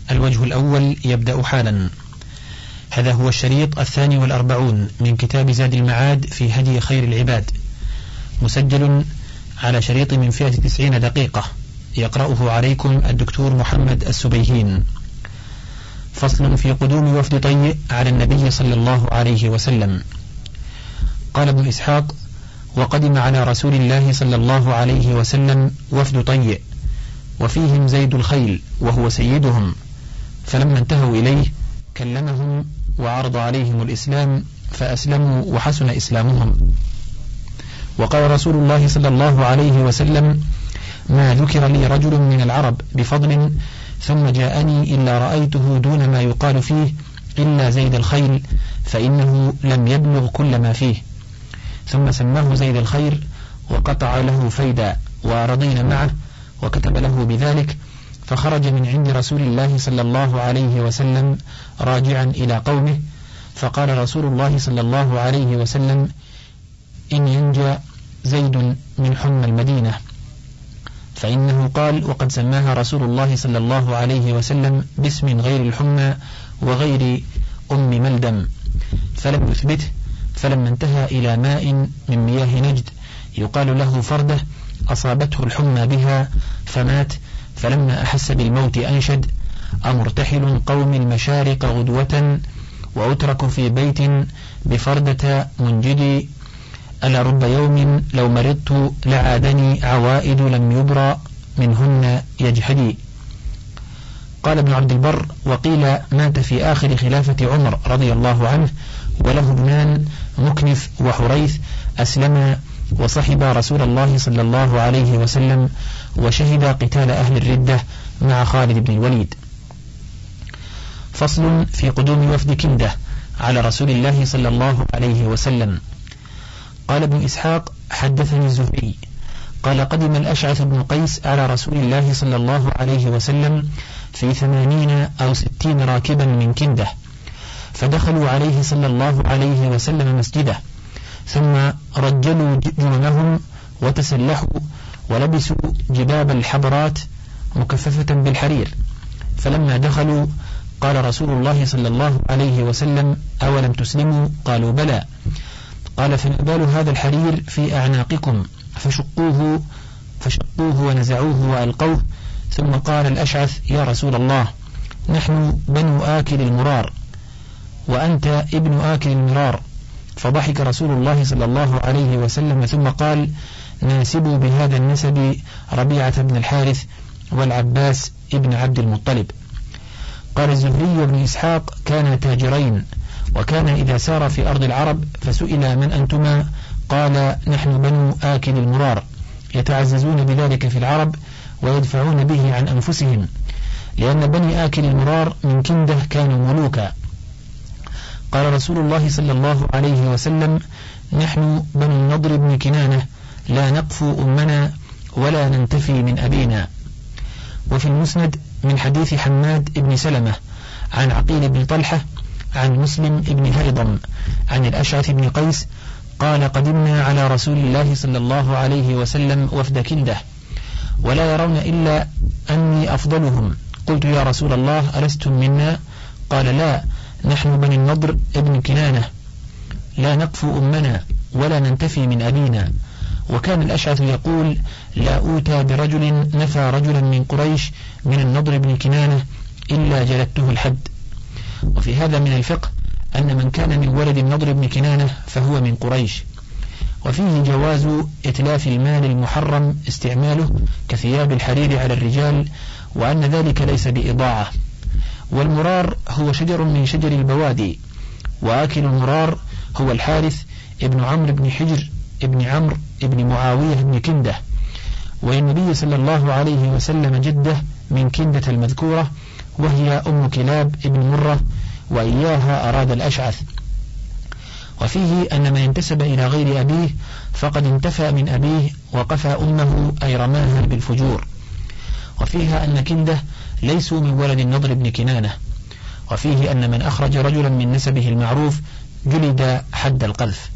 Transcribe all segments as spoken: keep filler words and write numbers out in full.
الوجه الأول يبدأ حالا. هذا هو الشريط الثاني والأربعون من كتاب زاد المعاد في هدي خير العباد، مسجل على شريط من فئة تسعين دقيقة، يقرأه عليكم الدكتور محمد السبيهين. فصل في قدوم وفد طيء على النبي صلى الله عليه وسلم. قال ابن إسحاق: وقدم على رسول الله صلى الله عليه وسلم وفد طيء، وفيهم زيد الخيل وهو سيدهم، فلما انتهوا إليه كلمهم وعرض عليهم الإسلام فأسلموا وحسن إسلامهم. وقال رسول الله صلى الله عليه وسلم: ما ذكر لي رجل من العرب بفضل ثم جاءني إلا رأيته دون ما يقال فيه إلا زيد الخيل، فإنه لم يبلغ كل ما فيه. ثم سماه زيد الخير وقطع له فيدا، ورضينا معه وكتب له بذلك، فخرج من عند رسول الله صلى الله عليه وسلم راجعا إلى قومه، فقال رسول الله صلى الله عليه وسلم: إن ينجى زيد من حمى المدينة، فإنه قال وقد سماها رسول الله صلى الله عليه وسلم باسم غير الحمى وغير أم ملدم، فلم يثبته. فلما انتهى إلى ماء من مياه نجد يقال له فردة أصابته الحمى بها فمات، فلما أحس بالموت أنشد: أمرتحل قوم المشارق غدوة وأترك في بيت بفردة منجدي، ألا رب يوم لو مرضت لعادني عوائد لم يبرى منهن يجحدي. قال ابن عبد البر: وقيل مات في آخر خلافة عمر رضي الله عنه، وله ابنان مكنف وحريث أسلما وصحب رسول الله صلى الله عليه وسلم، وشهد قتال أهل الردة مع خالد بن الوليد. فصل في قدوم وفد كندة على رسول الله صلى الله عليه وسلم. قال ابن إسحاق: حدثني الزهري قال: قدم الأشعث بن قيس على رسول الله صلى الله عليه وسلم في ثمانين أو ستين راكبا من كندة، فدخلوا عليه صلى الله عليه وسلم مسجده، ثم رجلوا جملهم وتسلحوا ولبسوا جباب الحبرات مكففة بالحرير. فلما دخلوا قال رسول الله صلى الله عليه وسلم: أولم تسلموا؟ قالوا: بلى. قال: فنبال هذا الحرير في أعناقكم، فشقوه فشقوه ونزعوه وألقوه. ثم قال الأشعث: يا رسول الله، نحن بنو آكل المرار وأنت ابن آكل المرار. فضحك رسول الله صلى الله عليه وسلم ثم قال: ناسبوا بهذا النسب ربيعة بن الحارث والعباس ابن عبد المطلب. قال الزهري وابن إسحاق: كانا تاجرين، وكان إذا سار في أرض العرب فسئل: من أنتما؟ قال: نحن بنو آكل المرار، يتعززون بذلك في العرب ويدفعون به عن أنفسهم، لأن بني آكل المرار من كندة كانوا ملوكا. قال رسول الله صلى الله عليه وسلم: نحن بنو النضر بن كنانة، لا نقفو أمنا ولا ننتفي من أبينا. وفي المسند من حديث حماد بن سلمة عن عقيل بن طلحة عن مسلم بن هيضم عن الأشعث بن قيس قال: قدمنا على رسول الله صلى الله عليه وسلم وفد كندة، ولا يرون إلا أني أفضلهم. قلت: يا رسول الله، ألستم منا؟ قال: لا، نحن بني النضر ابن كنانة، لا نقفو أمنا ولا ننتفي من أبينا. وكان الأشعث يقول: لا أوتى برجل نفى رجلا من قريش من النضر بن كنانة إلا جلدته الحد. وفي هذا من الفقه أن من كان من ولد النضر بن كنانة فهو من قريش. وفيه جواز إتلاف المال المحرم استعماله كثياب الحرير على الرجال، وأن ذلك ليس بإضاعة. والمرار هو شجر من شجر البوادي، وآكل المرار هو الحارث ابن عمرو بن حجر ابن عمرو ابن معاوية بن كندة، والنبي صلى الله عليه وسلم جده من كندة المذكورة، وهي أم كلاب ابن مرة، وإياها أراد الأشعث. وفيه أن من انتسب إلى غير أبيه فقد انتفى من أبيه وقفى أمه أي رماها بالفجور. وفيها أن كندة ليسوا من ولد النضر بن كنانة. وفيه أن من أخرج رجلا من نسبه المعروف جلد حد القذف.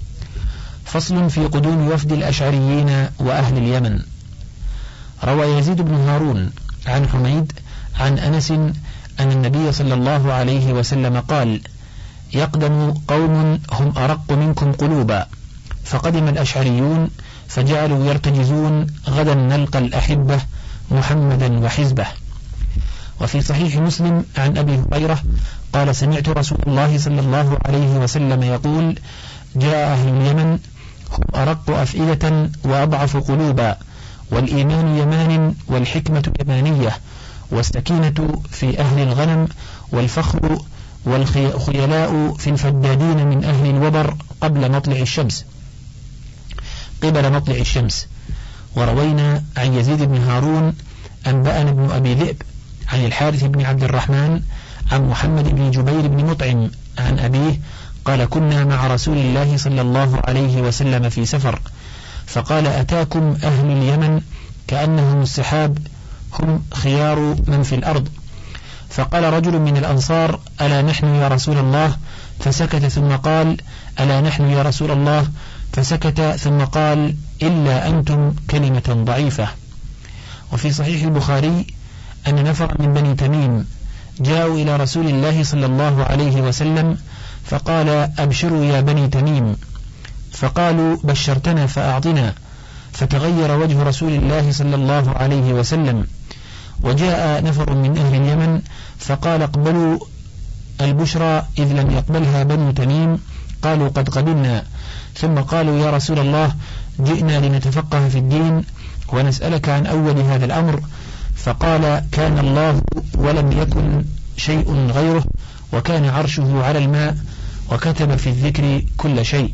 فصل في قدوم وفد الأشعريين وأهل اليمن. روى يزيد بن هارون عن حميد عن أنس أن النبي صلى الله عليه وسلم قال: يقدم قوم هم أرق منكم قلوبا. فقدم الأشعريون فجعلوا يرتجزون: غدا نلقى الأحبة محمدا وحزبه. وفي صحيح مسلم عن أبي هريرة قال: سمعت رسول الله صلى الله عليه وسلم يقول: جاء أهل اليمن هم أرق أفئدة وأضعف قلوبا، والإيمان يمان والحكمة يمانية، والسكينة في أهل الغنم، والفخر والخيلاء في الفدادين من أهل الوبر قبل مطلع الشمس قبل مطلع الشمس. وروينا عن يزيد بن هارون أنبأنا ابن أبي ذئب عن الحارث بن عبد الرحمن عن محمد بن جبير بن مطعم عن أبيه قال: كنا مع رسول الله صلى الله عليه وسلم في سفر، فقال: أتاكم أهل اليمن كأنهم السحاب، هم خيار من في الأرض. فقال رجل من الأنصار: ألا نحن يا رسول الله؟ فسكت ثم قال: ألا نحن يا رسول الله؟ فسكت ثم قال: إلا أنتم كلمة ضعيفة. وفي صحيح البخاري أن نفر من بني تميم جاءوا إلى رسول الله صلى الله عليه وسلم فقال: أبشروا يا بني تميم. فقالوا: بشرتنا فأعطنا. فتغير وجه رسول الله صلى الله عليه وسلم. وجاء نفر من أهل اليمن فقال: اقبلوا البشرى، إذ لم يقبلها بنو تميم. قالوا: قد قبلنا. ثم قالوا: يا رسول الله، جئنا لنتفقه في الدين ونسألك عن أول هذا الأمر. فقال: كان الله ولم يكن شيء غيره، وكان عرشه على الماء، وكتب في الذكر كل شيء.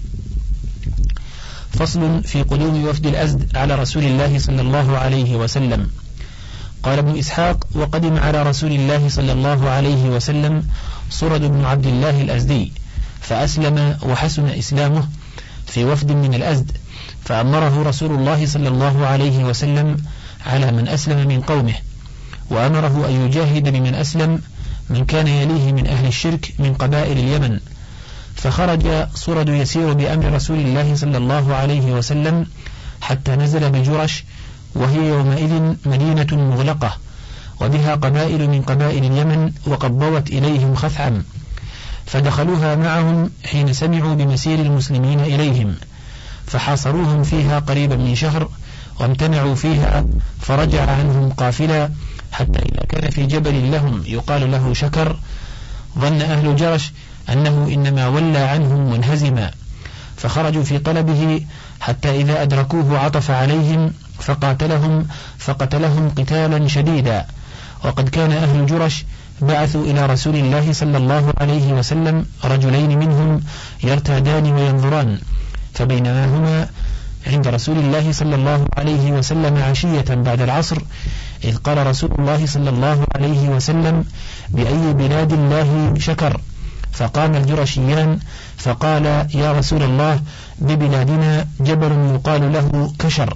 فصل في قدوم وفد الأزد على رسول الله صلى الله عليه وسلم. قال ابن إسحاق: وقدم على رسول الله صلى الله عليه وسلم صرد بن عبد الله الأزدي، فأسلم وحسن إسلامه في وفد من الأزد، فأمره رسول الله صلى الله عليه وسلم على من أسلم من قومه، وأمره أن يجاهد بمن أسلم من كان يليه من أهل الشرك من قبائل اليمن. فخرج صرد يسير بأمر رسول الله صلى الله عليه وسلم حتى نزل بجرش، وهي يومئذ مدينة مغلقة، وبها قبائل من قبائل اليمن، وقد ضوت إليهم خثعم، فدخلوها معهم حين سمعوا بمسير المسلمين إليهم، فحاصروهم فيها قريبا من شهر، وامتنعوا فيها، فرجع عنهم قافلا، حتى إذا كان في جبل لهم يقال له شكر، ظن أهل جرش أنه إنما ولى عنهم منهزما، فخرجوا في طلبه، حتى إذا أدركوه عطف عليهم فقاتلهم فقتلهم قتالا شديدا. وقد كان أهل جرش بعثوا إلى رسول الله صلى الله عليه وسلم رجلين منهم يرتادان وينظران، فبينما هما عند رسول الله صلى الله عليه وسلم عشية بعد العصر، إذ قال رسول الله صلى الله عليه وسلم: بأي بلاد الله شكر؟ فقام الجرشيان فقال: يا رسول الله، ببلادنا جبل يقال له كشر،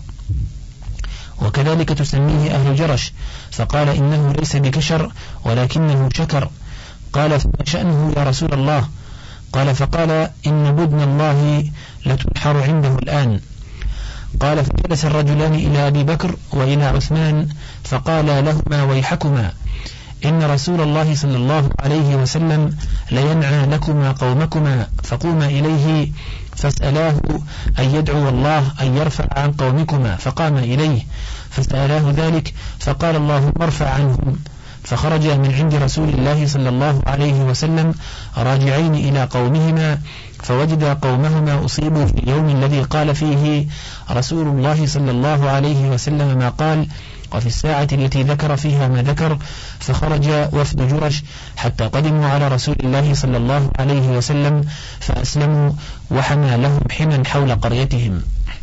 وكذلك تسميه أهل جرش. فقال: إنه ليس بكشر ولكنه شكر. قال: فما شأنه يا رسول الله؟ قال: فقال: إن بدن الله لتنحر عنده الآن. قال: فجلس الرجلان إلى أبي بكر وإلى عثمان فقال لهما: ويحكما، إن رسول الله صلى الله عليه وسلم لينعى لكما قومكما، فقوما إليه فاسألاه أن يدعو الله أن يرفع عن قومكما. فقام إليه فسألاه ذلك، فقال: اللهم ارفع عنهم. فخرج من عند رسول الله صلى الله عليه وسلم راجعين إلى قومهما، فوجد قومهما أصيبوا في اليوم الذي قال فيه رسول الله صلى الله عليه وسلم ما قال، وفي الساعة التي ذكر فيها ما ذكر. فخرج وفد جرش حتى قدموا على رسول الله صلى الله عليه وسلم فأسلموا، وحمى لهم حما حول قريتهم.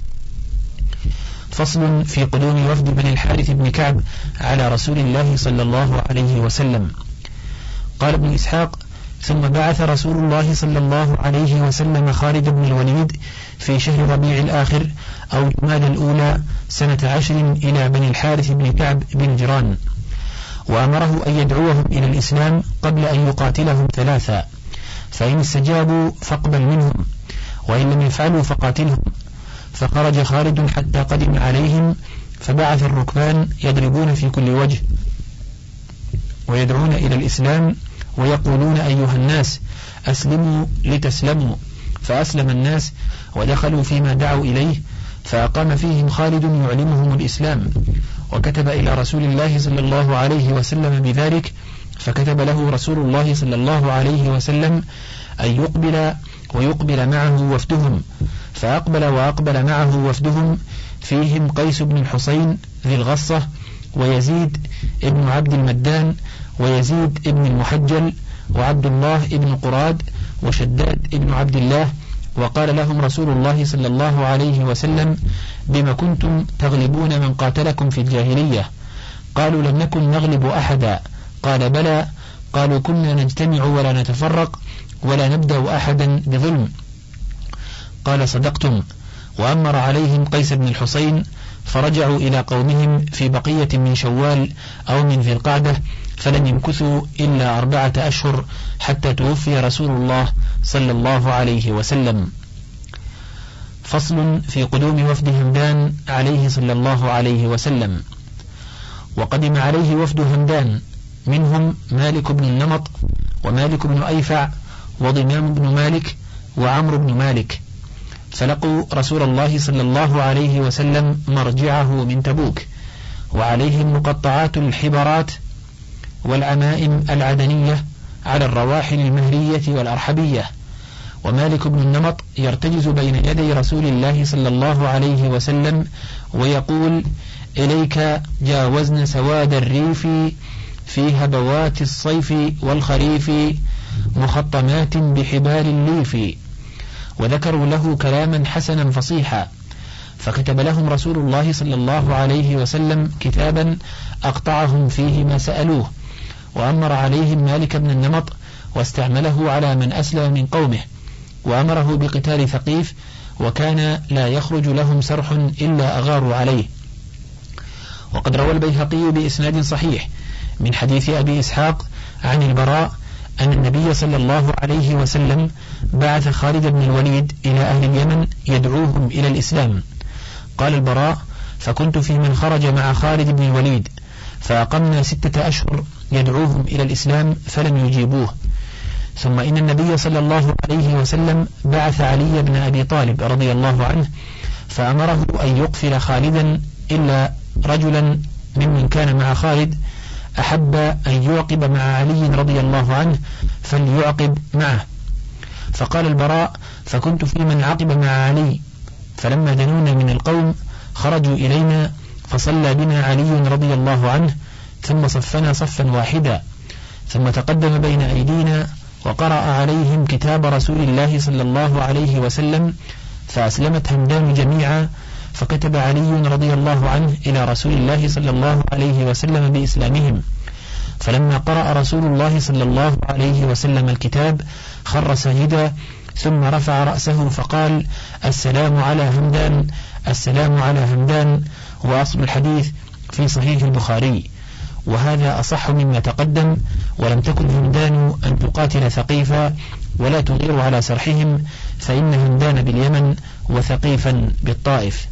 فصل في قدوم وفد بني الحارث بن كعب على رسول الله صلى الله عليه وسلم. قال ابن إسحاق: ثم بعث رسول الله صلى الله عليه وسلم خالد بن الوليد في شهر ربيع الآخر أو جماد الأولى سنة عشر إلى بني الحارث بن كعب بن جران، وأمره أن يدعوهم إلى الإسلام قبل أن يقاتلهم ثلاثا، فإن استجابوا فاقبل منهم، وإن لم يفعلوا فقاتلهم. فخرج خالد حتى قدم عليهم، فبعث الركبان يضربون في كل وجه، ويدعون إلى الإسلام ويقولون أيها الناس أسلموا لتسلموا، فأسلم الناس ودخلوا فيما دعوا إليه، فأقام فيهم خالد يعلمهم الإسلام، وكتب إلى رسول الله صلى الله عليه وسلم بذلك، فكتب له رسول الله صلى الله عليه وسلم أن يقبل ويقبل معه وفدهم، فأقبل وأقبل معه وفدهم، فيهم قيس بن الحصين ذي الغصة، ويزيد ابن عبد المدان، ويزيد ابن المحجل، وعبد الله ابن قراد، وشداد ابن عبد الله. وقال لهم رسول الله صلى الله عليه وسلم: بما كنتم تغلبون من قاتلكم في الجاهلية؟ قالوا: لم نكن نغلب أحدا. قال: بلى. قالوا: كنا نجتمع ولا نتفرق ولا نبدأ أحدا بظلم. قال: صدقتم. وأمر عليهم قيس بن الحصين، فرجعوا إلى قومهم في بقية من شوال أو من ذي القعدة، فلم يمكثوا إلا أربعة أشهر حتى توفي رسول الله صلى الله عليه وسلم. فصل في قدوم وفد همدان عليه صلى الله عليه وسلم. وقدم عليه وفد همدان، منهم مالك بن النمط، ومالك بن أيفع، وضمام بن مالك، وعمرو بن مالك، فلقوا رسول الله صلى الله عليه وسلم مرجعه من تبوك، وعليهم مقطعات الحبرات والعمائم العدنية على الرواحل المهرية والأرحبية. ومالك بن النمط يرتجز بين يدي رسول الله صلى الله عليه وسلم ويقول: إليك جاوزن سواد الريف في هبوات الصيف والخريف، مخطمات بحبال الليف. وذكروا له كلاما حسنا فصيحا، فكتب لهم رسول الله صلى الله عليه وسلم كتابا أقطعهم فيه ما سألوه، وأمر عليهم مالك بن النمط واستعمله على من أسلم من قومه، وأمره بقتال ثقيف، وكان لا يخرج لهم سرح إلا أغاروا عليه. وقد روى البيهقي بإسناد صحيح من حديث أبي إسحاق عن البراء أن النبي صلى الله عليه وسلم بعث خالد بن الوليد إلى أهل اليمن يدعوهم إلى الإسلام. قال البراء: فكنت في من خرج مع خالد بن الوليد، فأقمنا ستة أشهر يدعوهم إلى الإسلام فلم يجيبوه. ثم إن النبي صلى الله عليه وسلم بعث علي بن أبي طالب رضي الله عنه، فأمره أن يقفل خالدا إلا رجلا ممن كان مع خالد أحب أن يعقب مع علي رضي الله عنه فليعقب معه. فقال البراء: فكنت في من عقب مع علي، فلما دنونا من القوم خرجوا إلينا، فصلى بنا علي رضي الله عنه، ثم صفنا صفا واحدا، ثم تقدم بين أيدينا وقرأ عليهم كتاب رسول الله صلى الله عليه وسلم، فأسلمت همدان جميعا، فكتب علي رضي الله عنه إلى رسول الله صلى الله عليه وسلم بإسلامهم. فلما قرأ رسول الله صلى الله عليه وسلم الكتاب خر ساجدا، ثم رفع رأسه فقال: السلام على همدان، السلام على همدان. وأصل الحديث في صحيح البخاري، وهذا أصح مما تقدم. ولم تكن همدان أن تقاتل ثقيفا ولا تغير على سرحهم، فإن همدان باليمن وثقيفا بالطائف.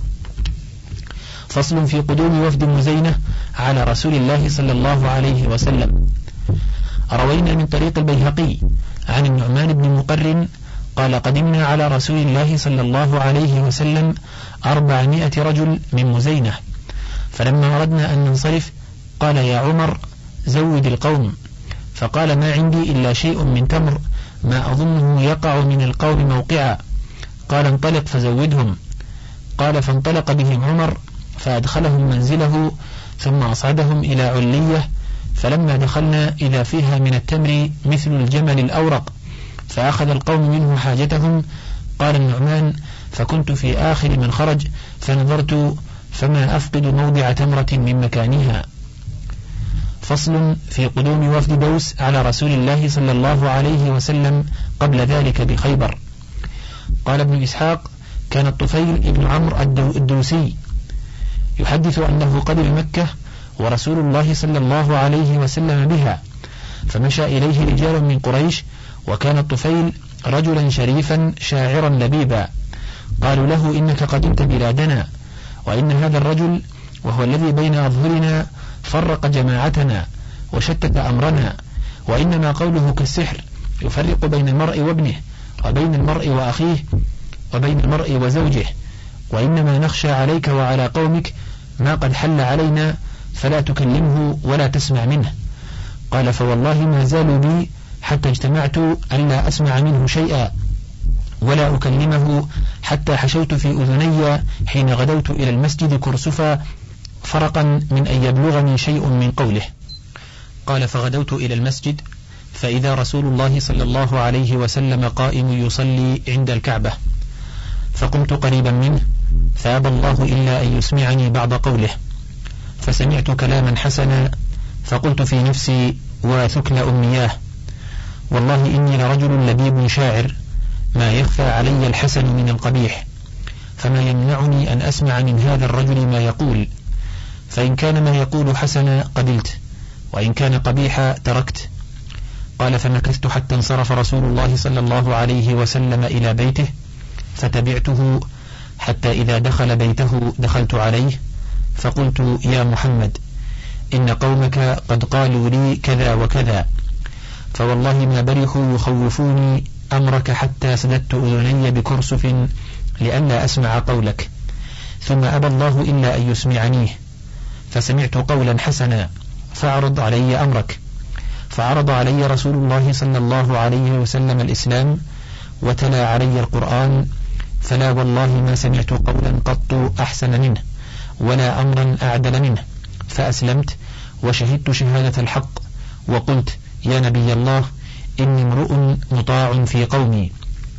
فصل في قدوم وفد مزينة على رسول الله صلى الله عليه وسلم. روينا من طريق البيهقي عن النعمان بن مقرن قال: قدمنا على رسول الله صلى الله عليه وسلم أربعمائة رجل من مزينة، فلما أردنا أن ننصرف قال: يا عمر زود القوم. فقال: ما عندي إلا شيء من تمر ما أظنه يقع من القوم موقعا. قال: انطلق فزودهم. قال: فانطلق بهم عمر فأدخلهم منزله، ثم أصعدهم إلى علية، فلما دخلنا إذا فيها من التمر مثل الجمل الأورق، فأخذ القوم منه حاجتهم. قال النعمان: فكنت في آخر من خرج، فنظرت فما أفقد موضع تمرة من مكانها. فصل في قدوم وفد دوس على رسول الله صلى الله عليه وسلم قبل ذلك بخيبر. قال ابن إسحاق: كان الطفيل ابن عمرو الدوسي يحدث أنه قدم مكة ورسول الله صلى الله عليه وسلم بها، فمشى إليه رجال من قريش، وكان الطفيل رجلا شريفا شاعرا لبيبا. قالوا له: إنك قدمت بلادنا، وإن هذا الرجل وهو الذي بين أظهرنا فرق جماعتنا، وشتت أمرنا، وإنما قوله كالسحر يفرق بين المرء وابنه، وبين المرء وأخيه، وبين المرء وزوجه، وإنما نخشى عليك وعلى قومك ما قد حل علينا، فلا تكلمه ولا تسمع منه. قال فوالله ما زالوا بي حتى اجتمعت ألا أسمع منه شيئا ولا أكلمه، حتى حشوت في أذني حين غدوت إلى المسجد كرسفا فرقا من أن يبلغني شيء من قوله. قال فغدوت إلى المسجد فإذا رسول الله صلى الله عليه وسلم قائم يصلي عند الكعبة، فقمت قريبا منه فأبى الله إلا أن يسمعني بعض قوله، فسمعت كلاما حسنا فقلت في نفسي وثكل أمنياه، والله إني لرجل لبيب شاعر ما يخفى علي الحسن من القبيح، فما يمنعني أن أسمع من هذا الرجل ما يقول، فإن كان ما يقول حسنا قبلت، وإن كان قبيحا تركت. قال فمكثت حتى انصرف رسول الله صلى الله عليه وسلم إلى بيته، فتبعته حتى إذا دخل بيته دخلت عليه فقلت يا محمد إن قومك قد قالوا لي كذا وكذا، فوالله ما برحوا يخوفوني أمرك حتى سددت أذني بكرسف لئلا أسمع قولك، ثم أبى الله إلا أن يسمعنيه، فسمعت قولا حسنا فاعرض علي أمرك، فعرض علي رسول الله صلى الله عليه وسلم الإسلام وتلا علي القرآن، فلا والله ما سمعت قولا قط أحسن منه ولا أمرا أعدل منه، فأسلمت وشهدت شهادة الحق، وقلت يا نبي الله إني امرؤ مطاع في قومي،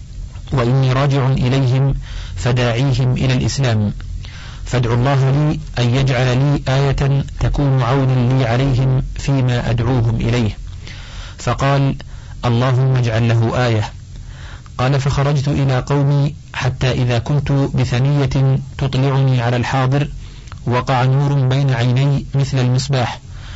وإني راجع إليهم فداعيهم إلى الإسلام، فادعوا الله لي أن يجعل لي آية تكون عونا لي عليهم فيما أدعوهم إليه. فقال اللهم اجعل له آية. قال فخرجت إلى قومي حتى إذا كنت بثنية تطلعني على الحاضر وقع نور بين عيني مثل المصباح،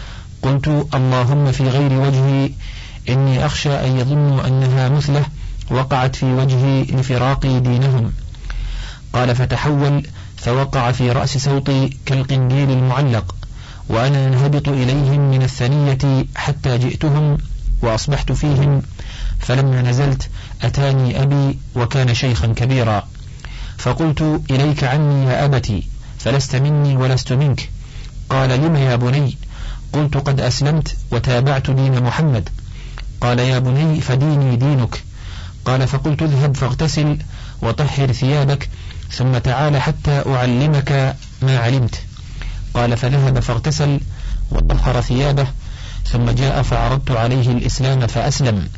قلت اللهم في غير وجهي إني أخشى أن يظنوا أنها مثله وقعت في وجهي لفراقي دينهم. قال فتحول فوقع في رأس صوتي كالقنديل المعلق، وأنا انهبط إليهم من الثنية حتى جئتهم وأصبحت فيهم، فلما نزلت أتاني أبي وكان شيخا كبيرا، فقلت إليك عني يا أبتي، فلست مني ولست منك. قال لم يا بني؟ قلت قد أسلمت وتابعت دين محمد. قال يا بني فديني دينك. قال فقلت اذهب فاغتسل وطهر ثيابك ثم تعال حتى أعلمك ما علمت. قال فذهب فاغتسل وطهر ثيابه ثم جاء فعرضت عليه الإسلام فأسلم.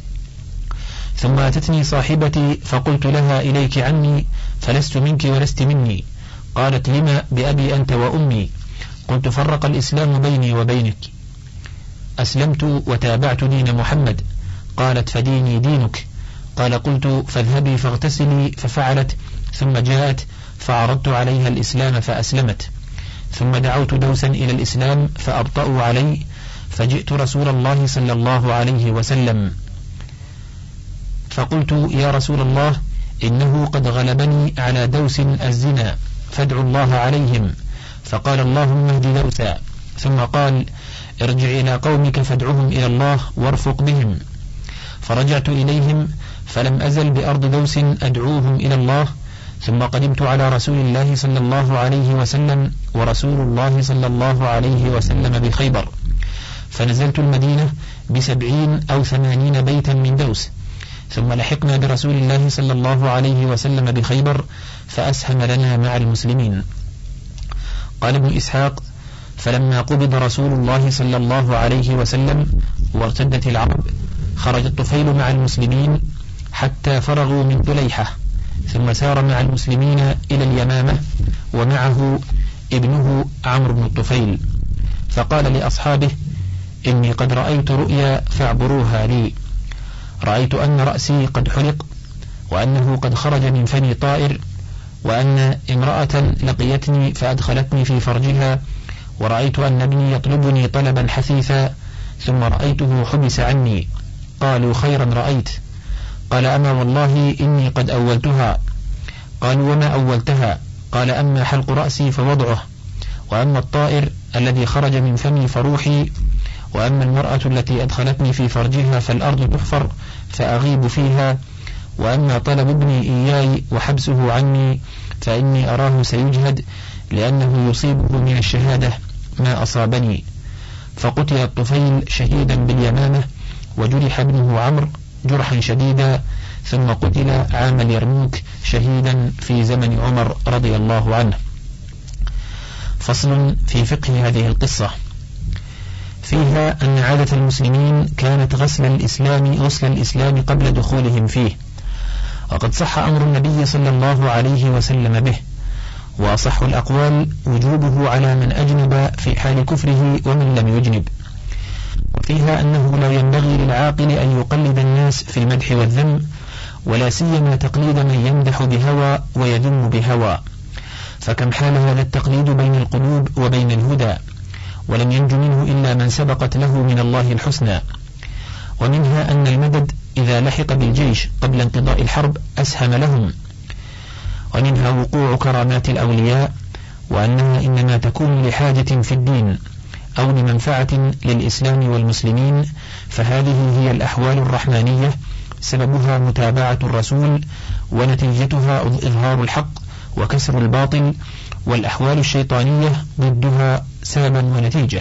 ثم أتتني صاحبتي فقلت لها إليك عني فلست منك ولست مني. قالت لما بأبي أنت وأمي؟ قلت فرق الإسلام بيني وبينك، أسلمت وتابعت دين محمد. قالت فديني دينك. قال قلت فاذهبي فاغتسلي، ففعلت ثم جاءت فعرضت عليها الإسلام فأسلمت. ثم دعوت دوسا إلى الإسلام فأبطأوا علي، فجئت رسول الله صلى الله عليه وسلم فقلت يا رسول الله إنه قد غلبني على دوس الزنا فادعوا الله عليهم. فقال اللهم اهد دوسا. ثم قال ارجع إلى قومك فادعهم إلى الله وارفق بهم. فرجعت إليهم فلم أزل بأرض دوس أدعوهم إلى الله. ثم قدمت على رسول الله صلى الله عليه وسلم ورسول الله صلى الله عليه وسلم بخيبر، فنزلت المدينة بسبعين أو ثمانين بيتا من دوس. ثم لحقنا برسول الله صلى الله عليه وسلم بخيبر فأسهم لنا مع المسلمين. قال ابن إسحاق فلما قبض رسول الله صلى الله عليه وسلم وارتدت العرب خرج الطفيل مع المسلمين حتى فرغوا من تليحة، ثم سار مع المسلمين إلى اليمامة ومعه ابنه عمرو بن الطفيل، فقال لأصحابه إني قد رأيت رؤيا فاعبروها لي. رأيت أن رأسي قد حلق، وأنه قد خرج من فمي طائر، وأن امرأة لقيتني فأدخلتني في فرجها، ورأيت أن ابني يطلبني طلبا حثيثا، ثم رأيته حبس عني. قالوا خيرا رأيت. قال أما والله إني قد أولتها. قالوا وما أولتها؟ قال أما حلق رأسي فوضعه، وأما الطائر الذي خرج من فمي فروحي، وأما المرأة التي أدخلتني في فرجها فالأرض تحفر فأغيب فيها، وأما طلب ابني إياي وحبسه عني فإني أراه سيجهد لأنه يصيبه من الشهادة ما أصابني. فقتل الطفيل شهيدا باليمامة، وجرح ابنه عمرو جرحا شديدا، ثم قتل عام اليرموك شهيدا في زمن عمر رضي الله عنه. فصل في فقه هذه القصة. فيها أن عادة المسلمين كانت غسل الإسلام غسل الإسلام قبل دخولهم فيه، وقد صح أمر النبي صلى الله عليه وسلم به، وأصح الأقوال وجوبه على من أجنب في حال كفره ومن لم يجنب. وفيها أنه لا ينبغي للعاقل أن يقلد الناس في المدح والذم، ولا سيما تقليد من يمدح بهوى ويذم بهوى، فكم حال هذا التقليد بين القلوب وبين الهدى، ولم ينج منه إلا من سبقت له من الله الحسنى. ومنها أن المدد إذا لحق بالجيش قبل انقضاء الحرب أسهم لهم. ومنها وقوع كرامات الأولياء، وأنها إنما تكون لحاجة في الدين أو لمنفعة للإسلام والمسلمين، فهذه هي الأحوال الرحمانية سببها متابعة الرسول، ونتيجتها إظهار الحق وكسر الباطل، والأحوال الشيطانية ضدها سببا ونتيجة.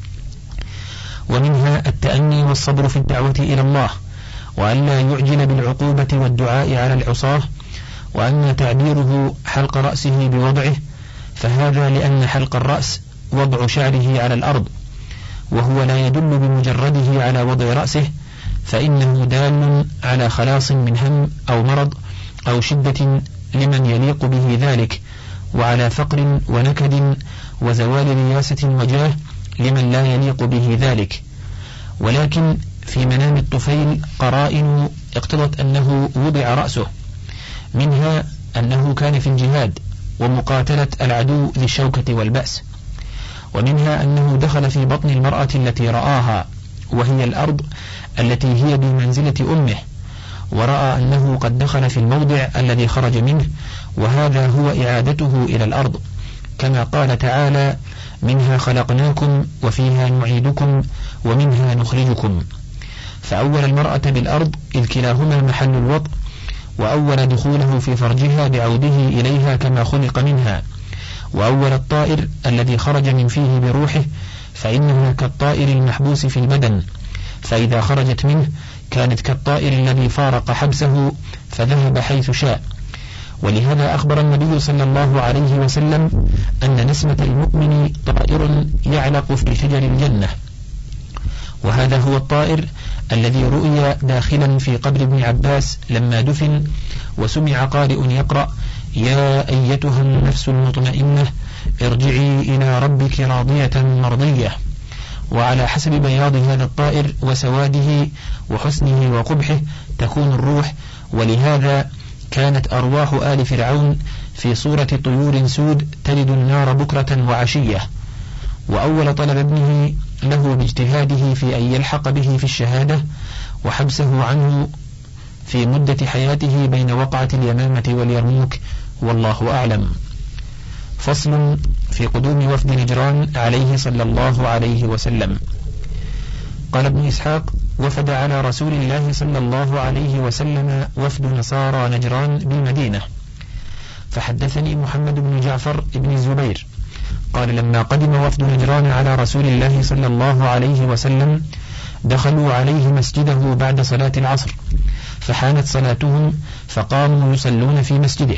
ومنها التأني والصبر في الدعوة إلى الله، وألا يعجل بالعقوبة والدعاء على العصاة. وأما تعبيره حلق رأسه بوضعه فهذا لأن حلق الرأس وضع شعره على الأرض، وهو لا يدل بمجرده على وضع رأسه، فإنه دال على خلاص من هم أو مرض أو شدة لمن يليق به ذلك، وعلى فقر ونكد وزوال رياسة وجاه لمن لا يليق به ذلك. ولكن في منام الطفيل قرائن اقتضت أنه وضع رأسه، منها أنه كان في الجهاد ومقاتلة العدو ذي الشوكة والبأس، ومنها أنه دخل في بطن المرأة التي رآها وهي الأرض التي هي بمنزلة أمه، ورأى أنه قد دخل في الموضع الذي خرج منه، وهذا هو إعادته إلى الأرض، كما قال تعالى: منها خلقناكم وفيها نعيدكم ومنها نخرجكم. فأول المرأة بالأرض إذ كلاهما محل الوطء، وأول دخوله في فرجها بعوده إليها كما خلق منها، وأول الطائر الذي خرج من فيه بروحه، فإنها كالطائر المحبوس في البدن، فإذا خرجت منه كانت كالطائر الذي فارق حبسه فذهب حيث شاء. ولهذا أخبر النبي صلى الله عليه وسلم أن نسمة المؤمن طائر يعلق في شجر الجنة، وهذا هو الطائر الذي رؤي داخلا في قبر ابن عباس لما دفن، وسمع قارئ يقرأ: يا أيتها النفس المطمئنة ارجعي إلى ربك راضية مرضية. وعلى حسب بياض هذا الطائر وسواده وحسنه وقبحه تكون الروح، ولهذا كانت أرواح آل فرعون في صورة طيور سود تلد النار بكرة وعشية. وأول طلب ابنه له باجتهاده في أن يلحق به في الشهادة، وحبسه عنه في مدة حياته بين وقعة اليمامة واليرموك، والله أعلم. فصل في قدوم وفد نجران عليه صلى الله عليه وسلم. قال ابن إسحاق: وفد على رسول الله صلى الله عليه وسلم وفد نصارى نجران بالمدينة. فحدثني محمد بن جعفر بن الزبير قال: لما قدم وفد نجران على رسول الله صلى الله عليه وسلم دخلوا عليه مسجده بعد صلاة العصر، فحانت صلاتهم فقاموا يصلون في مسجده،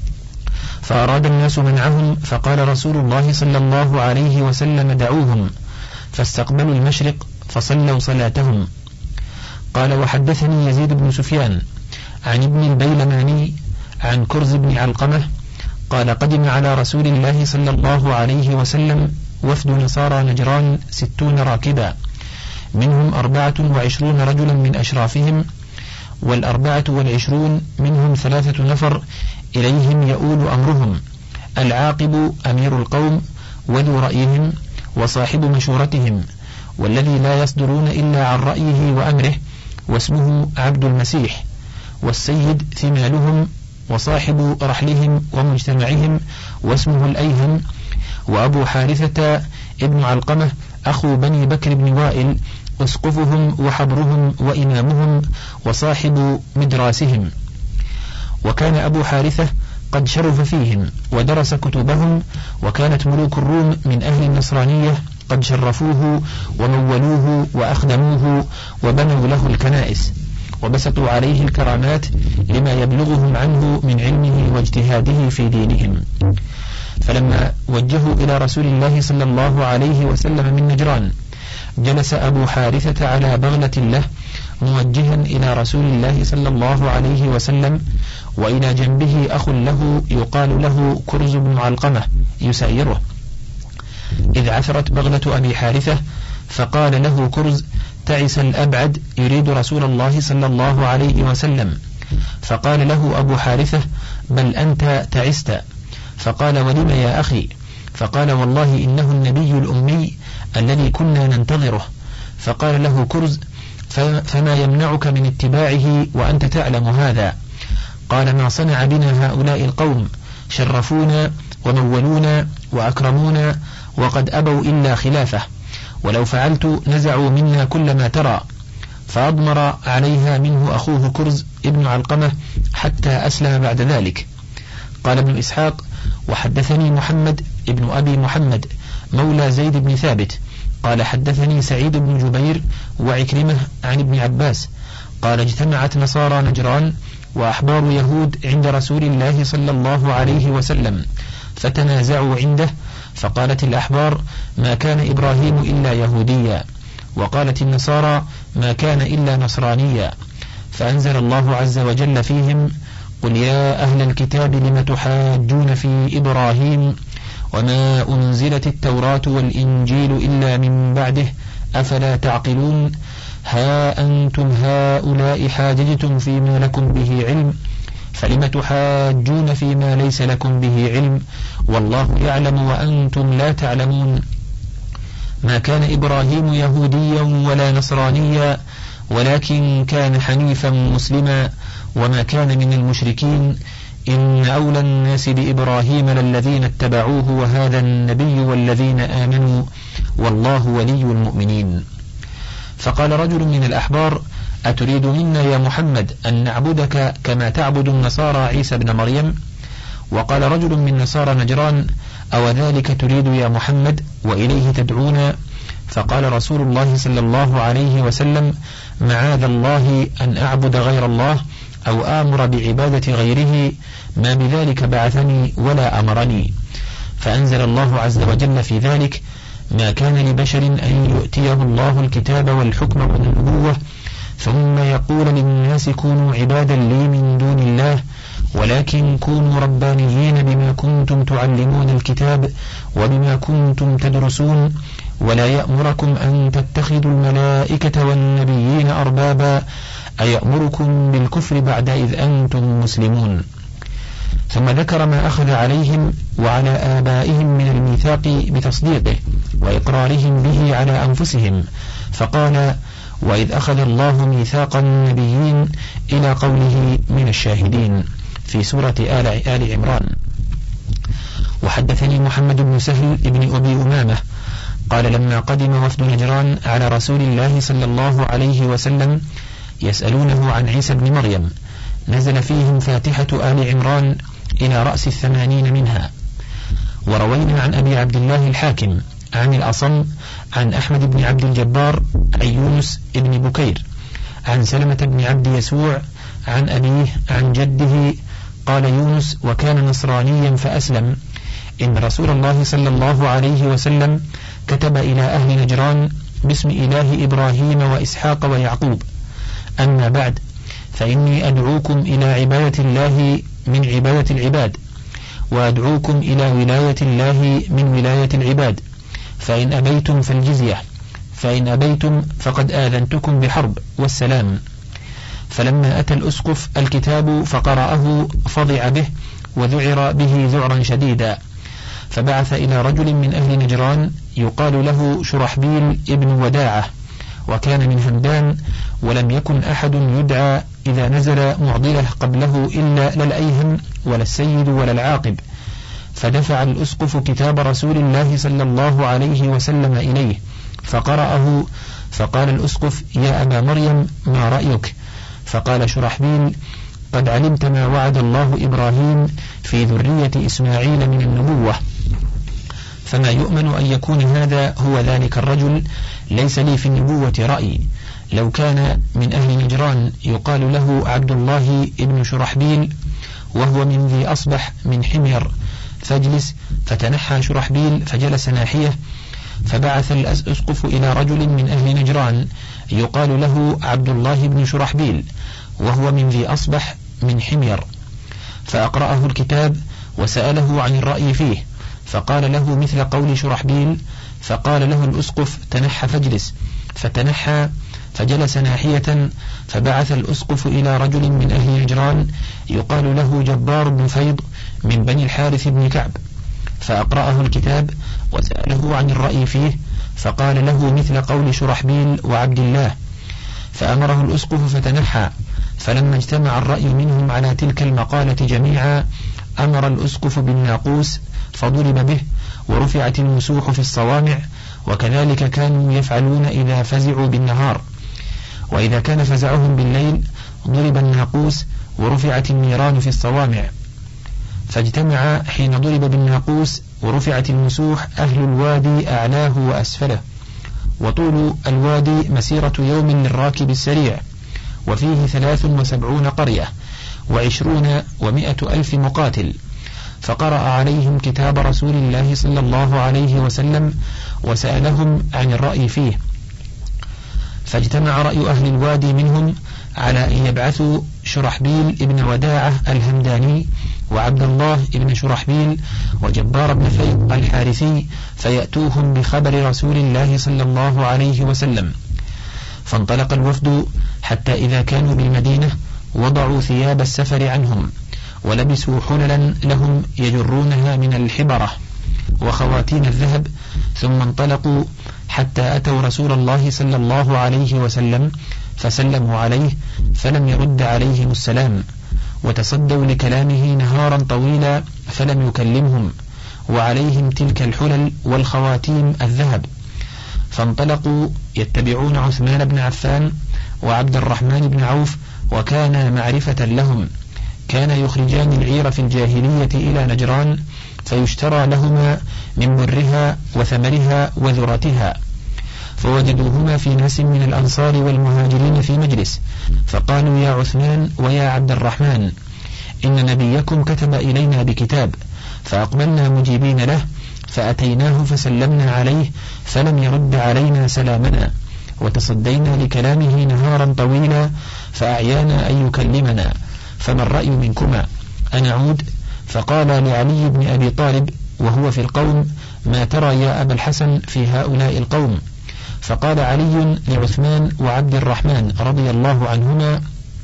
فأراد الناس منعهم، فقال رسول الله صلى الله عليه وسلم: دعوهم، فاستقبلوا المشرق فصلوا صلاتهم. قال: وحدثني يزيد بن سفيان عن ابن البيلماني عن كرز بن علقمة قال: قدم على رسول الله صلى الله عليه وسلم وفد نصارى نجران ستون راكبا، منهم أربعة وعشرون رجلا من أشرافهم، والأربعة والعشرون منهم ثلاثة نفر إليهم يؤول أمرهم، العاقب أمير القوم وذو رأيهم وصاحب مشورتهم، والذي لا يصدرون إلا عن رأيه وأمره، واسمه عبد المسيح، والسيد ثمالهم، وصاحب رحلهم ومجتمعهم، واسمه الأيهم، وأبو حارثة ابن علقمة أخو بني بكر بن وائل، أسقفهم وحبرهم وإمامهم وصاحب مدراسهم. وكان أبو حارثة قد شرف فيهم ودرس كتبهم، وكانت ملوك الروم من أهل النصرانية قد شرفوه ومولوه وأخدموه وبنوا له الكنائس وبسطوا عليه الكرامات لما يبلغهم عنه من علمه واجتهاده في دينهم. فلما وجهوا إلى رسول الله صلى الله عليه وسلم من نجران، جلس أبو حارثة على بغلة له موجها إلى رسول الله صلى الله عليه وسلم، وإلى جنبه أخ له يقال له كرز بن علقمة يسايره، إذ عثرت بغلة أبي حارثة، فقال له كرز: تعس الأبعد، يريد رسول الله صلى الله عليه وسلم. فقال له أبو حارثة: بل أنت تعست. فقال: ولم يا أخي؟ فقال: والله إنه النبي الأمي الذي كنا ننتظره. فقال له كرز: فما يمنعك من اتباعه وأنت تعلم هذا؟ قال: ما صنع بنا هؤلاء القوم، شرفونا ومولونا وأكرمونا وقد أبوا إلا خلافه، ولو فعلت نزعوا منا كل ما ترى. فأضمر عليها منه أخوه كرز ابن علقمة حتى أسلم بعد ذلك. قال ابن إسحاق: وحدثني محمد ابن أبي محمد مولى زيد بن ثابت قال حدثني سعيد بن جبير وعكرمة عن ابن عباس قال: اجتمعت نصارى نجران وأحبار يهود عند رسول الله صلى الله عليه وسلم، فتنازعوا عنده، فقالت الأحبار: ما كان إبراهيم إلا يهوديا، وقالت النصارى: ما كان إلا نصرانيا. فأنزل الله عز وجل فيهم: قل يا أهل الكتاب لم تحاجون في إبراهيم وما أنزلت التوراة والإنجيل إلا من بعده أفلا تعقلون؟ ها أنتم هؤلاء حاججتم فيما لكم به علم، فلم تحاجون فيما ليس لكم به علم، والله يعلم وأنتم لا تعلمون. ما كان إبراهيم يهوديا ولا نصرانيا، ولكن كان حنيفا مسلما وما كان من المشركين. إن أولى الناس بإبراهيم للذين اتبعوه وهذا النبي والذين آمنوا، والله ولي المؤمنين. فقال رجل من الأحبار: أتريد منا يا محمد أن نعبدك كما تعبد النصارى عيسى بن مريم؟ وقال رجل من نصارى نجران: أو ذلك تريد يا محمد وإليه تدعونا؟ فقال رسول الله صلى الله عليه وسلم: معاذ الله أن أعبد غير الله أو آمر بعبادة غيره، ما بذلك بعثني ولا أمرني. فأنزل الله عز وجل في ذلك: ما كان لبشر أن يؤتيه الله الكتاب والحكم والنبوة ثم يقول للناس كونوا عبادا لي من دون الله، ولكن كونوا ربانيين بما كنتم تعلمون الكتاب وبما كنتم تدرسون، ولا يأمركم أن تتخذوا الملائكة والنبيين أربابا أيأمركم بالكفر بعد إذ أنتم مسلمون. ثم ذكر ما أخذ عليهم وعلى آبائهم من الميثاق بتصديقه وإقرارهم به على أنفسهم، فقال: وإذ أخذ الله ميثاق النبيين إلى قوله من الشاهدين في سورة آل, آل عمران. وحدثني محمد بن سهل بن أبي أمامة قال: لما قدم وفد نجران على رسول الله صلى الله عليه وسلم يسألونه عن عيسى بن مريم، نزل فيهم فاتحة آل عمران إلى رأس الثمانين منها. وروينا عن أبي عبد الله الحاكم عن الأصم عن أحمد بن عبد الجبار عن يونس بن بكير عن سلمة بن عبد يسوع عن أبيه عن جده قال يونس: وكان نصرانيا فأسلم، إن رسول الله صلى الله عليه وسلم كتب إلى أهل نجران باسم إله إبراهيم وإسحاق ويعقوب: أما بعد، فإني أدعوكم إلى عبادة الله من عبادة العباد، وأدعوكم إلى ولاية الله من ولاية العباد، فإن أبيتم فالجزية، فإن أبيتم فقد آذنتكم بحرب والسلام. فلما أتى الأسقف الكتاب فقرأه فضع به وذعر به ذعرا شديدا، فبعث إلى رجل من أهل نجران يقال له شرحبيل ابن وداعة، وكان من همدان، ولم يكن أحد يدعى إذا نزل معضله قبله إلا لا الأيهم ولا السيد ولا العاقب. فدفع الأسقف كتاب رسول الله صلى الله عليه وسلم إليه، فقرأه، فقال الأسقف: يا أبا مريم ما رأيك؟ فقال شرحبيل: قد علمت ما وعد الله إبراهيم في ذرية إسماعيل من النبوة، فما يؤمن أن يكون هذا هو ذلك الرجل. ليس لي في النبوة رأي، لو كان من أهل نجران يقال له عبد الله ابن شرحبيل وهو من ذي أصبح من حمير فاجلس. فتنحى شرحبيل فجلس ناحية، فبعث الأسقف إلى رجل من أهل نجران يقال له عبد الله بن شرحبيل وهو من ذي أصبح من حمير، فأقرأه الكتاب وسأله عن الرأي فيه، فقال له مثل قول شرحبيل. فقال له الأسقف: تنحى فاجلس. فتنحى فجلس ناحية، فبعث الأسقف إلى رجل من أهل نجران يقال له جبار بن فيض من بني الحارث بن كعب، فأقرأه الكتاب وسأله عن الرأي فيه، فقال له مثل قول شرحبيل وعبد الله. فأمره الأسقف فتنحى، فلما اجتمع الرأي منهم على تلك المقالة جميعا أمر الأسقف بالناقوس فضرب به، ورفعت المسوح في الصوامع، وكذلك كانوا يفعلون إذا فزعوا بالنهار، وإذا كان فزعهم بالليل ضرب الناقوس ورفعت النيران في الصوامع. فاجتمع حين ضرب بالناقوس ورفعت المسوح أهل الوادي أعلاه وأسفله، وطول الوادي مسيرة يوم للراكب السريع، وفيه ثلاث وسبعون قرية وعشرون ومائة ألف مقاتل. فقرأ عليهم كتاب رسول الله صلى الله عليه وسلم وسألهم عن الرأي فيه، فاجتمع رأي أهل الوادي منهم على أن يبعثوا شرحبيل ابن وداعة الهمداني وعبد الله ابن شرحبيل وجبار بن فيض الحارثي فيأتوهم بخبر رسول الله صلى الله عليه وسلم. فانطلق الوفد حتى إذا كانوا بالمدينة وضعوا ثياب السفر عنهم، ولبسوا حللا لهم يجرونها من الحبرة وخواتين الذهب، ثم انطلقوا حتى أتوا رسول الله صلى الله عليه وسلم فسلموا عليه، فلم يرد عليهم السلام، وتصدوا لكلامه نهارا طويلا فلم يكلمهم، وعليهم تلك الحلل والخواتيم الذهب. فانطلقوا يتبعون عثمان بن عفان وعبد الرحمن بن عوف، وكان معرفة لهم، كان يخرجان العير في الجاهلية إلى نجران فيشترى لهما من برها وثمرها وذرتها، فوجدوهما في ناس من الأنصار والمهاجرين في مجلس، فقالوا: يا عثمان ويا عبد الرحمن، إن نبيكم كتب إلينا بكتاب، فأقبلنا مجيبين له، فأتيناه فسلمنا عليه فلم يرد علينا سلامنا، وتصدينا لكلامه نهارا طويلا فأعيانا أن يكلمنا، فما الرأي منكما؟ أنعود؟ فقال لعلي بن أبي طالب وهو في القوم: ما ترى يا أبا الحسن في هؤلاء القوم؟ فقال علي لعثمان وعبد الرحمن رضي الله عنهما: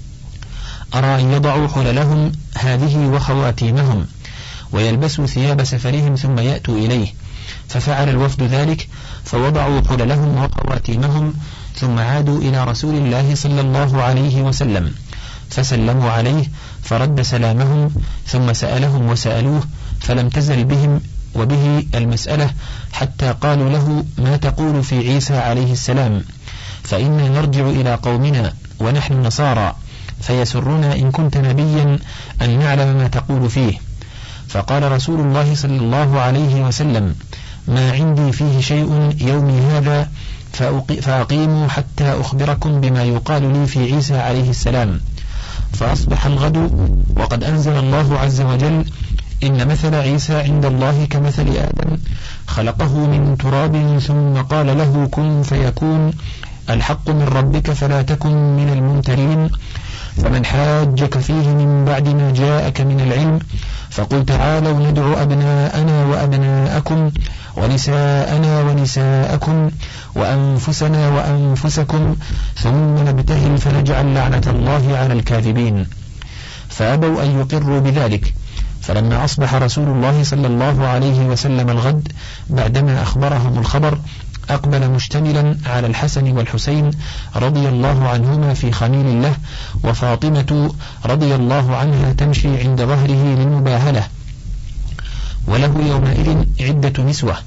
أرى أن يضعوا حللهم هذه وخواتيمهم ويلبسوا ثياب سفرهم ثم يأتوا إليه. ففعل الوفد ذلك، فوضعوا حللهم وخواتيمهم ثم عادوا إلى رسول الله صلى الله عليه وسلم فسلموا عليه، فرد سلامهم، ثم سألهم وسألوه، فلم تزل بهم وبه المسألة حتى قالوا له: ما تقول في عيسى عليه السلام؟ فإنا نرجع إلى قومنا ونحن نصارى، فيسرنا إن كنت نبيا أن نعلم ما تقول فيه. فقال رسول الله صلى الله عليه وسلم: ما عندي فيه شيء يومي هذا، فأقيموا حتى أخبركم بما يقال لي في عيسى عليه السلام. فأصبح الغد وقد أنزل الله عز وجل: إن مثل عيسى عند الله كمثل آدم، خلقه من تراب ثم قال له كن فيكون، الحق من ربك فلا تكن من الممترين. فمن حاجك فيه من بعد ما جاءك من العلم فقل تعالوا ندعو أبناءنا وأبناءكم ونساءنا ونساءكم وأنفسنا وأنفسكم ثم نبتهل فنجعل لعنة الله على الكاذبين. فأبوا أن يقروا بذلك. فلما أصبح رسول الله صلى الله عليه وسلم الغد بعدما أخبرهم الخبر، أقبل مشتملا على الحسن والحسين رضي الله عنهما في خميل له، وفاطمة رضي الله عنها تمشي عند ظهره للمباهلة، وله يومئذ عدة نسوة.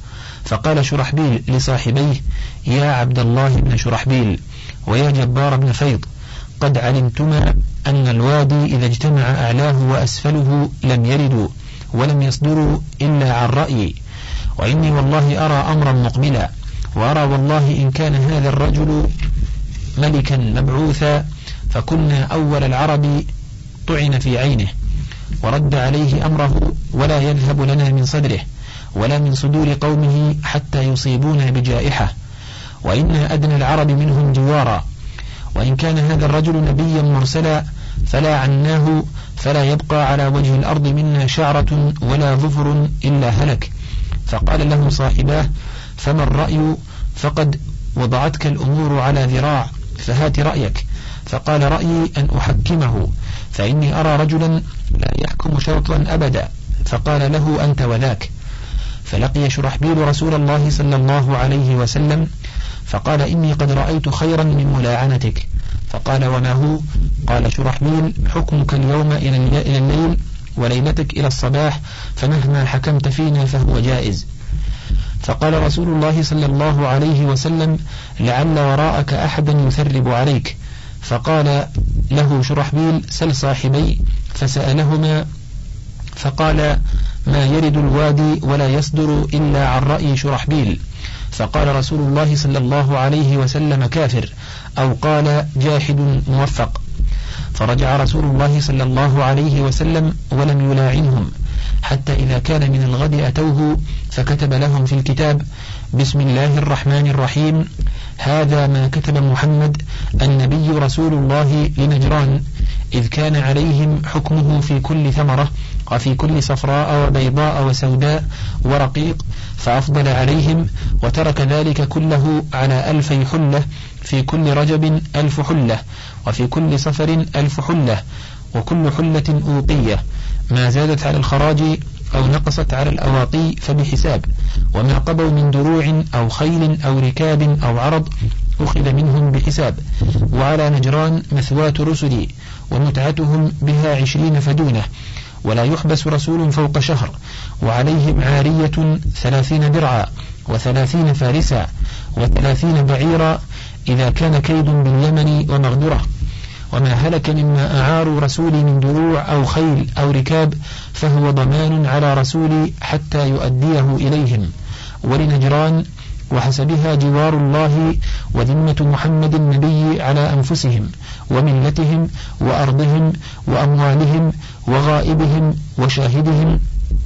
فقال شرحبيل لصاحبيه: يا عبد الله بن شرحبيل ويا جبار بن فيض، قد علمتما أن الوادي إذا اجتمع أعلاه وأسفله لم يردوا ولم يصدروا إلا عن رأيي، وإني والله أرى أمرا مقبلا، وأرى والله إن كان هذا الرجل ملكا مبعوثا فكنا أول العرب طعن في عينه ورد عليه أمره، ولا يذهب لنا من صدره ولا من صدور قومه حتى يصيبونا بجائحة، وإنا أدنى العرب منهم جوارا، وإن كان هذا الرجل نبيا مرسلا فلا عناه فلا يبقى على وجه الأرض منا شعرة ولا ظفر إلا هلك. فقال له صاحباه: فما الرأي؟ فقد وضعتك الأمور على ذراع، فهات رأيك. فقال: رأيي أن أحكمه، فإني أرى رجلا لا يحكم شرطا أبدا. فقال له: أنت وذاك. فلقي شرحبيل رسول الله صلى الله عليه وسلم فقال: إني قد رأيت خيرا من ملاعنتك. فقال: وما هو؟ قال شرحبيل: حكمك اليوم إلى الليل وليلتك إلى الصباح، فمهما حكمت فينا فهو جائز. فقال رسول الله صلى الله عليه وسلم: لعل وراءك أحدا يثرب عليك. فقال له شرحبيل: سل صاحبي. فسألهما فقال: ما يرد الوادي ولا يصدر إلا عن رأي شرحبيل. فقال رسول الله صلى الله عليه وسلم: كافر، أو قال جاحد موفق. فرجع رسول الله صلى الله عليه وسلم ولم يلاعنهم، حتى إذا كان من الغد أتوه فكتب لهم في الكتاب: بسم الله الرحمن الرحيم، هذا ما كتب محمد النبي رسول الله لنجران، إذ كان عليهم حكمه في كل ثمرة وفي كل صفراء وبيضاء وسوداء ورقيق، فأفضل عليهم، وترك ذلك كله على ألفي حلة، في كل رجب ألف حلة، وفي كل صفر ألف حلة، وكل حلة أوقية، ما زادت على الخراج أو نقصت على الأواقي فبحساب، وما قضوا من دروع أو خيل أو ركاب أو عرض أخذ منهم بحساب. وعلى نجران مثواة رسلي ومتعتهم بها عشرين فدونة، ولا يحبس رسول فوق شهر، وعليهم عارية ثلاثين درعا وثلاثين فارسا وثلاثين بعيرا، إذا كان كيد باليمن ومغدرة. وما هلك مما أعاروا رسولي من دروع أو خيل أو ركاب فهو ضمان على رسولي حتى يؤديه إليهم. ولنجران وحسبها جوار الله وذمة محمد النبي على أنفسهم وملتهم وأرضهم وأموالهم وغائبهم وشاهدهم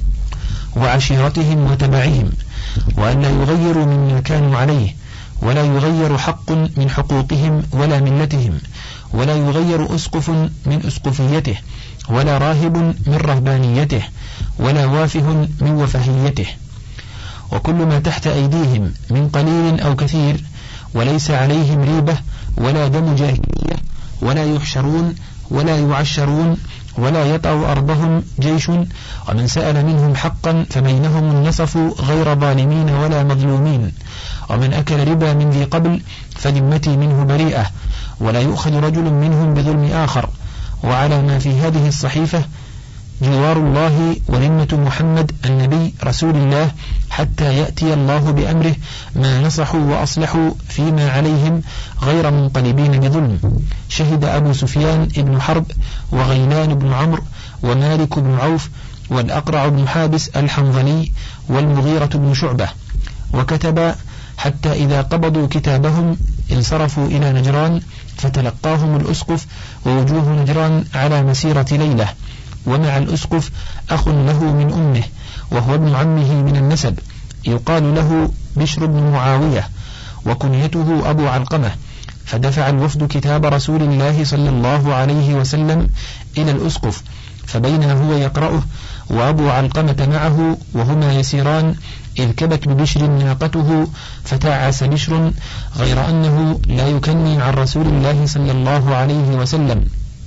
وعشيرتهم وتبعهم، وأن لا يغيروا مما كانوا عليه، ولا يغير حق من حقوقهم ولا ملتهم، ولا يغير أسقف من أسقفيته، ولا راهب من رهبانيته، ولا وافه من وفهيته، وكل ما تحت أيديهم من قليل أو كثير، وليس عليهم ريبة ولا دم جاهلية، ولا يحشرون ولا يعشرون، ولا يطأ أرضهم جيش، ومن سأل منهم حقا فبينهم النصف غير ظالمين ولا مظلومين، ومن أكل ربا من ذي قبل فذمتي منه بريئة، ولا يؤخذ رجل منهم بظلم آخر. وعلى ما في هذه الصحيفة جوار الله وذمة محمد النبي رسول الله، حتى يأتي الله بأمره ما نصحوا وأصلحوا فيما عليهم غير منقلبين بظلم. شهد أبو سفيان بن حرب وغيلان بن عمرو ومالك بن عوف والأقرع بن حابس الحنظلي والمغيرة بن شعبة، وكتب حتى إذا قبضوا كتابهم انصرفوا إلى نجران، فتلقاهم الأسقف ووجوه نجران على مسيرة ليلة، ومع الأسقف أخ له من أمه وهو ابن عمه من النسب، يقال له بشر بن معاوية، وكنيته أبو علقمة. فدفع الوفد كتاب رسول الله صلى الله عليه وسلم إلى الأسقف، فبينما هو يقرأه وأبو علقمة معه وهما يسيران، إذ كبت ببشر ناقته فتعس بشر، غير أنه لا يكني عن رسول الله صلى الله عليه وسلم.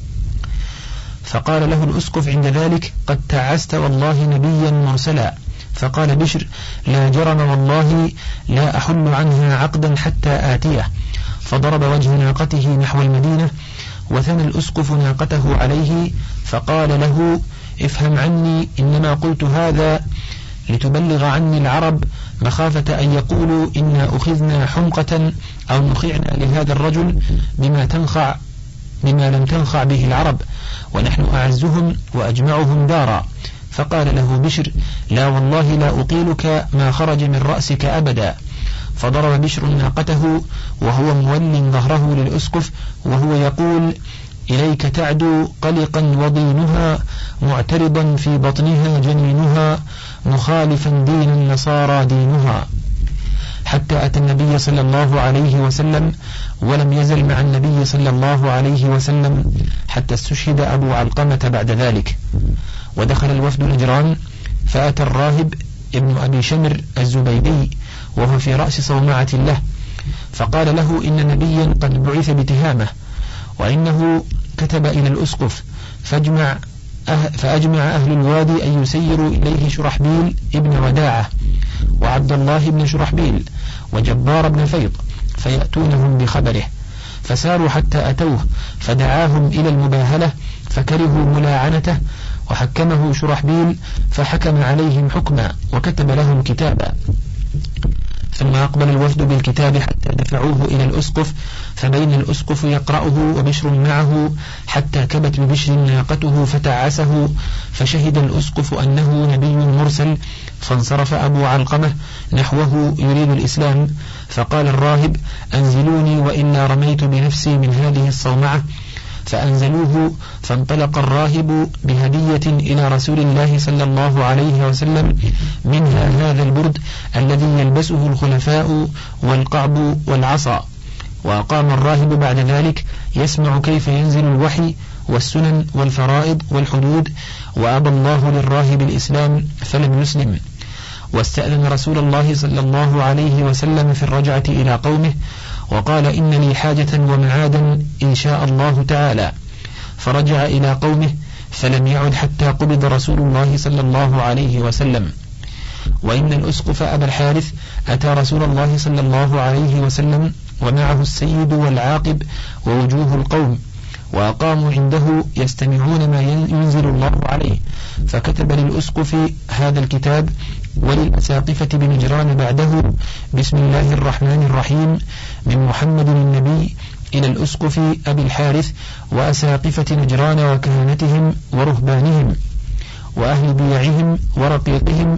فقال له الأسقف عند ذلك: قد تعست والله نبيا مرسلا. فقال بشر: لا جرم والله لا أحل عنها عقدا حتى آتيه. فضرب وجه ناقته نحو المدينة، وثنى الأسقف ناقته عليه، فقال له: افهم عني، إنما قلت هذا لتبلغ عني العرب مخافة أن يقولوا إنا أخذنا حمقة أو نخعنا لهذا الرجل بما تنخع بما لم تنخع به العرب، ونحن أعزهم وأجمعهم دارا. فقال له بشر: لا والله لا أقيلك ما خرج من رأسك أبدا. فضرب بشر ناقته وهو مول ظهره للأسقف وهو يقول: إليك تعدو قلقا وضينها معترضا في بطنها جنينها مخالفا دين النصارى دينها، حتى أتى النبي صلى الله عليه وسلم ولم يزل مع النبي صلى الله عليه وسلم حتى استشهد أبو علقمة بعد ذلك. ودخل الوفد نجران فأتى الراهب ابن أبي شمر الزبيدي وهو في رأس صومعة له، فقال له: إن نبيا قد بعث بتهامة، وإنه كتب إلى الأسقف فاجمع أه فأجمع أهل الوادي أن يسيروا إليه شرحبيل ابن وداعة وعبد الله بن شرحبيل وجبار بن فيض فيأتونهم بخبره. فساروا حتى أتوه فدعاهم إلى المباهلة فكرهوا ملاعنته، وحكمه شرحبيل فحكم عليهم حكما وكتب لهم كتابا. ثم أقبل الوفد بالكتاب حتى دفعوه إلى الأسقف، فبين الأسقف يقرأه وبشر معه حتى كبت ببشر ناقته فتعسه، فشهد الأسقف أنه نبي مرسل، فانصرف أبو علقمة نحوه يريد الإسلام. فقال الراهب: أنزلوني وإلا رميت بنفسي من هذه الصومعة. فأنزلوه، فانطلق الراهب بهدية إلى رسول الله صلى الله عليه وسلم، منها هذا البرد الذي يلبسه الخلفاء والقعب والعصا. وأقام الراهب بعد ذلك يسمع كيف ينزل الوحي والسنن والفرائض والحدود، وأبى الله للراهب الإسلام فلم يسلم. واستأذن رسول الله صلى الله عليه وسلم في الرجعة إلى قومه وقال: إن لي حاجة ومعادا إن شاء الله تعالى. فرجع إلى قومه فلم يعد حتى قبض رسول الله صلى الله عليه وسلم. وإن الأسقف أبا الحارث أتى رسول الله صلى الله عليه وسلم ومعه السيد والعاقب ووجوه القوم، وأقاموا عنده يستمعون ما ينزل الله عليه، فكتب للأسقف هذا الكتاب وللأساقفة بنجران بعده: بسم الله الرحمن الرحيم، من محمد النبي إلى الأسقف أبي الحارث وأساقفة نجران وكهنتهم ورهبانهم وأهل بيعهم ورقيقهم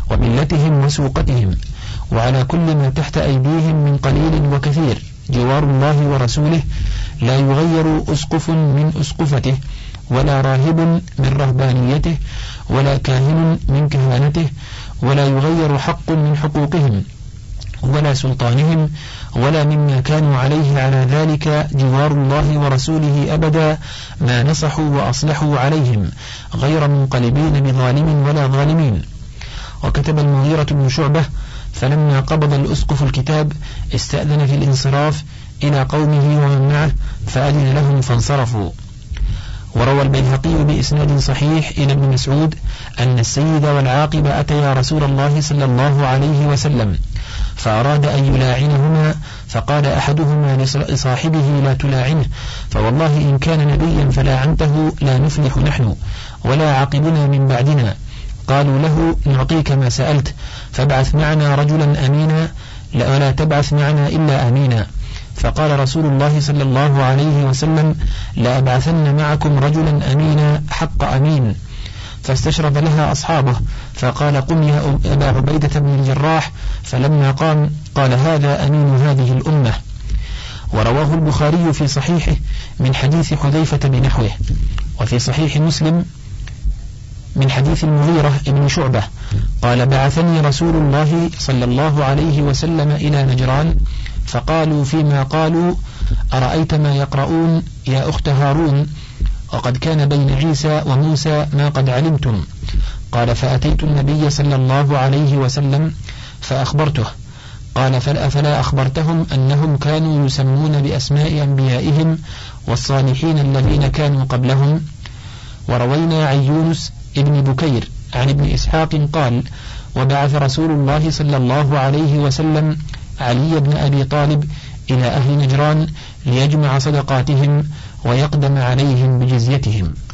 وملتهم وسوقتهم، وعلى كل ما تحت أيديهم من قليل وكثير، جوار الله ورسوله، لا يغير أسقف من أسقفته، ولا راهب من رهبانيته، ولا كاهن من كهانته، ولا يغير حق من حقوقهم ولا سلطانهم، ولا مما كانوا عليه على ذلك جوار الله ورسوله أبدا، ما نصحوا وأصلحوا عليهم، غير منقلبين بظالم ولا ظالمين. وكتب المغيرة بن شعبة: فلما قبض الأسقف الكتاب استأذن في الانصراف إلى قومه ومن معه، فأذن لهم فانصرفوا. وروى البيهقي بإسناد صحيح إلى ابن مسعود أن السيد والعاقب أتيا رسول الله صلى الله عليه وسلم فأراد أن يلاعنهما، فقال أحدهما لصاحبه: لا تلاعنه، فوالله إن كان نبيا فلاعنته لا نفلح نحن ولا عاقبنا من بعدنا. قالوا له: نعطيك ما سألت، فابعث معنا رجلا أمينا ولا تبعث معنا إلا أمينا. فقال رسول الله صلى الله عليه وسلم: لا أبعثن معكم رجلا أمينا حق أمين. فاستشرف لها أصحابه، فقال: قم يا أبا عبيدة بن الجراح. فلما قام قال: هذا أمين هذه الأمة. ورواه البخاري في صحيحه من حديث حذيفة بنحوه. وفي صحيح مسلم من حديث المغيرة ابن شعبة قال: بعثني رسول الله صلى الله عليه وسلم إلى نجران، فقالوا فيما قالوا: أرأيت ما يقرؤون يا أخت هارون؟ وقد كان بين عيسى وموسى ما قد علمتم. قال: فأتيت النبي صلى الله عليه وسلم فأخبرته. قال: فلا أخبرتهم أنهم كانوا يسمون بأسماء أنبيائهم والصالحين الذين كانوا قبلهم؟ وروينا عن يونس ابن بكير عن ابن إسحاق قال: وبعث رسول الله صلى الله عليه وسلم علي بن أبي طالب إلى أهل نجران ليجمع صدقاتهم ويقدم عليهم بجزيتهم.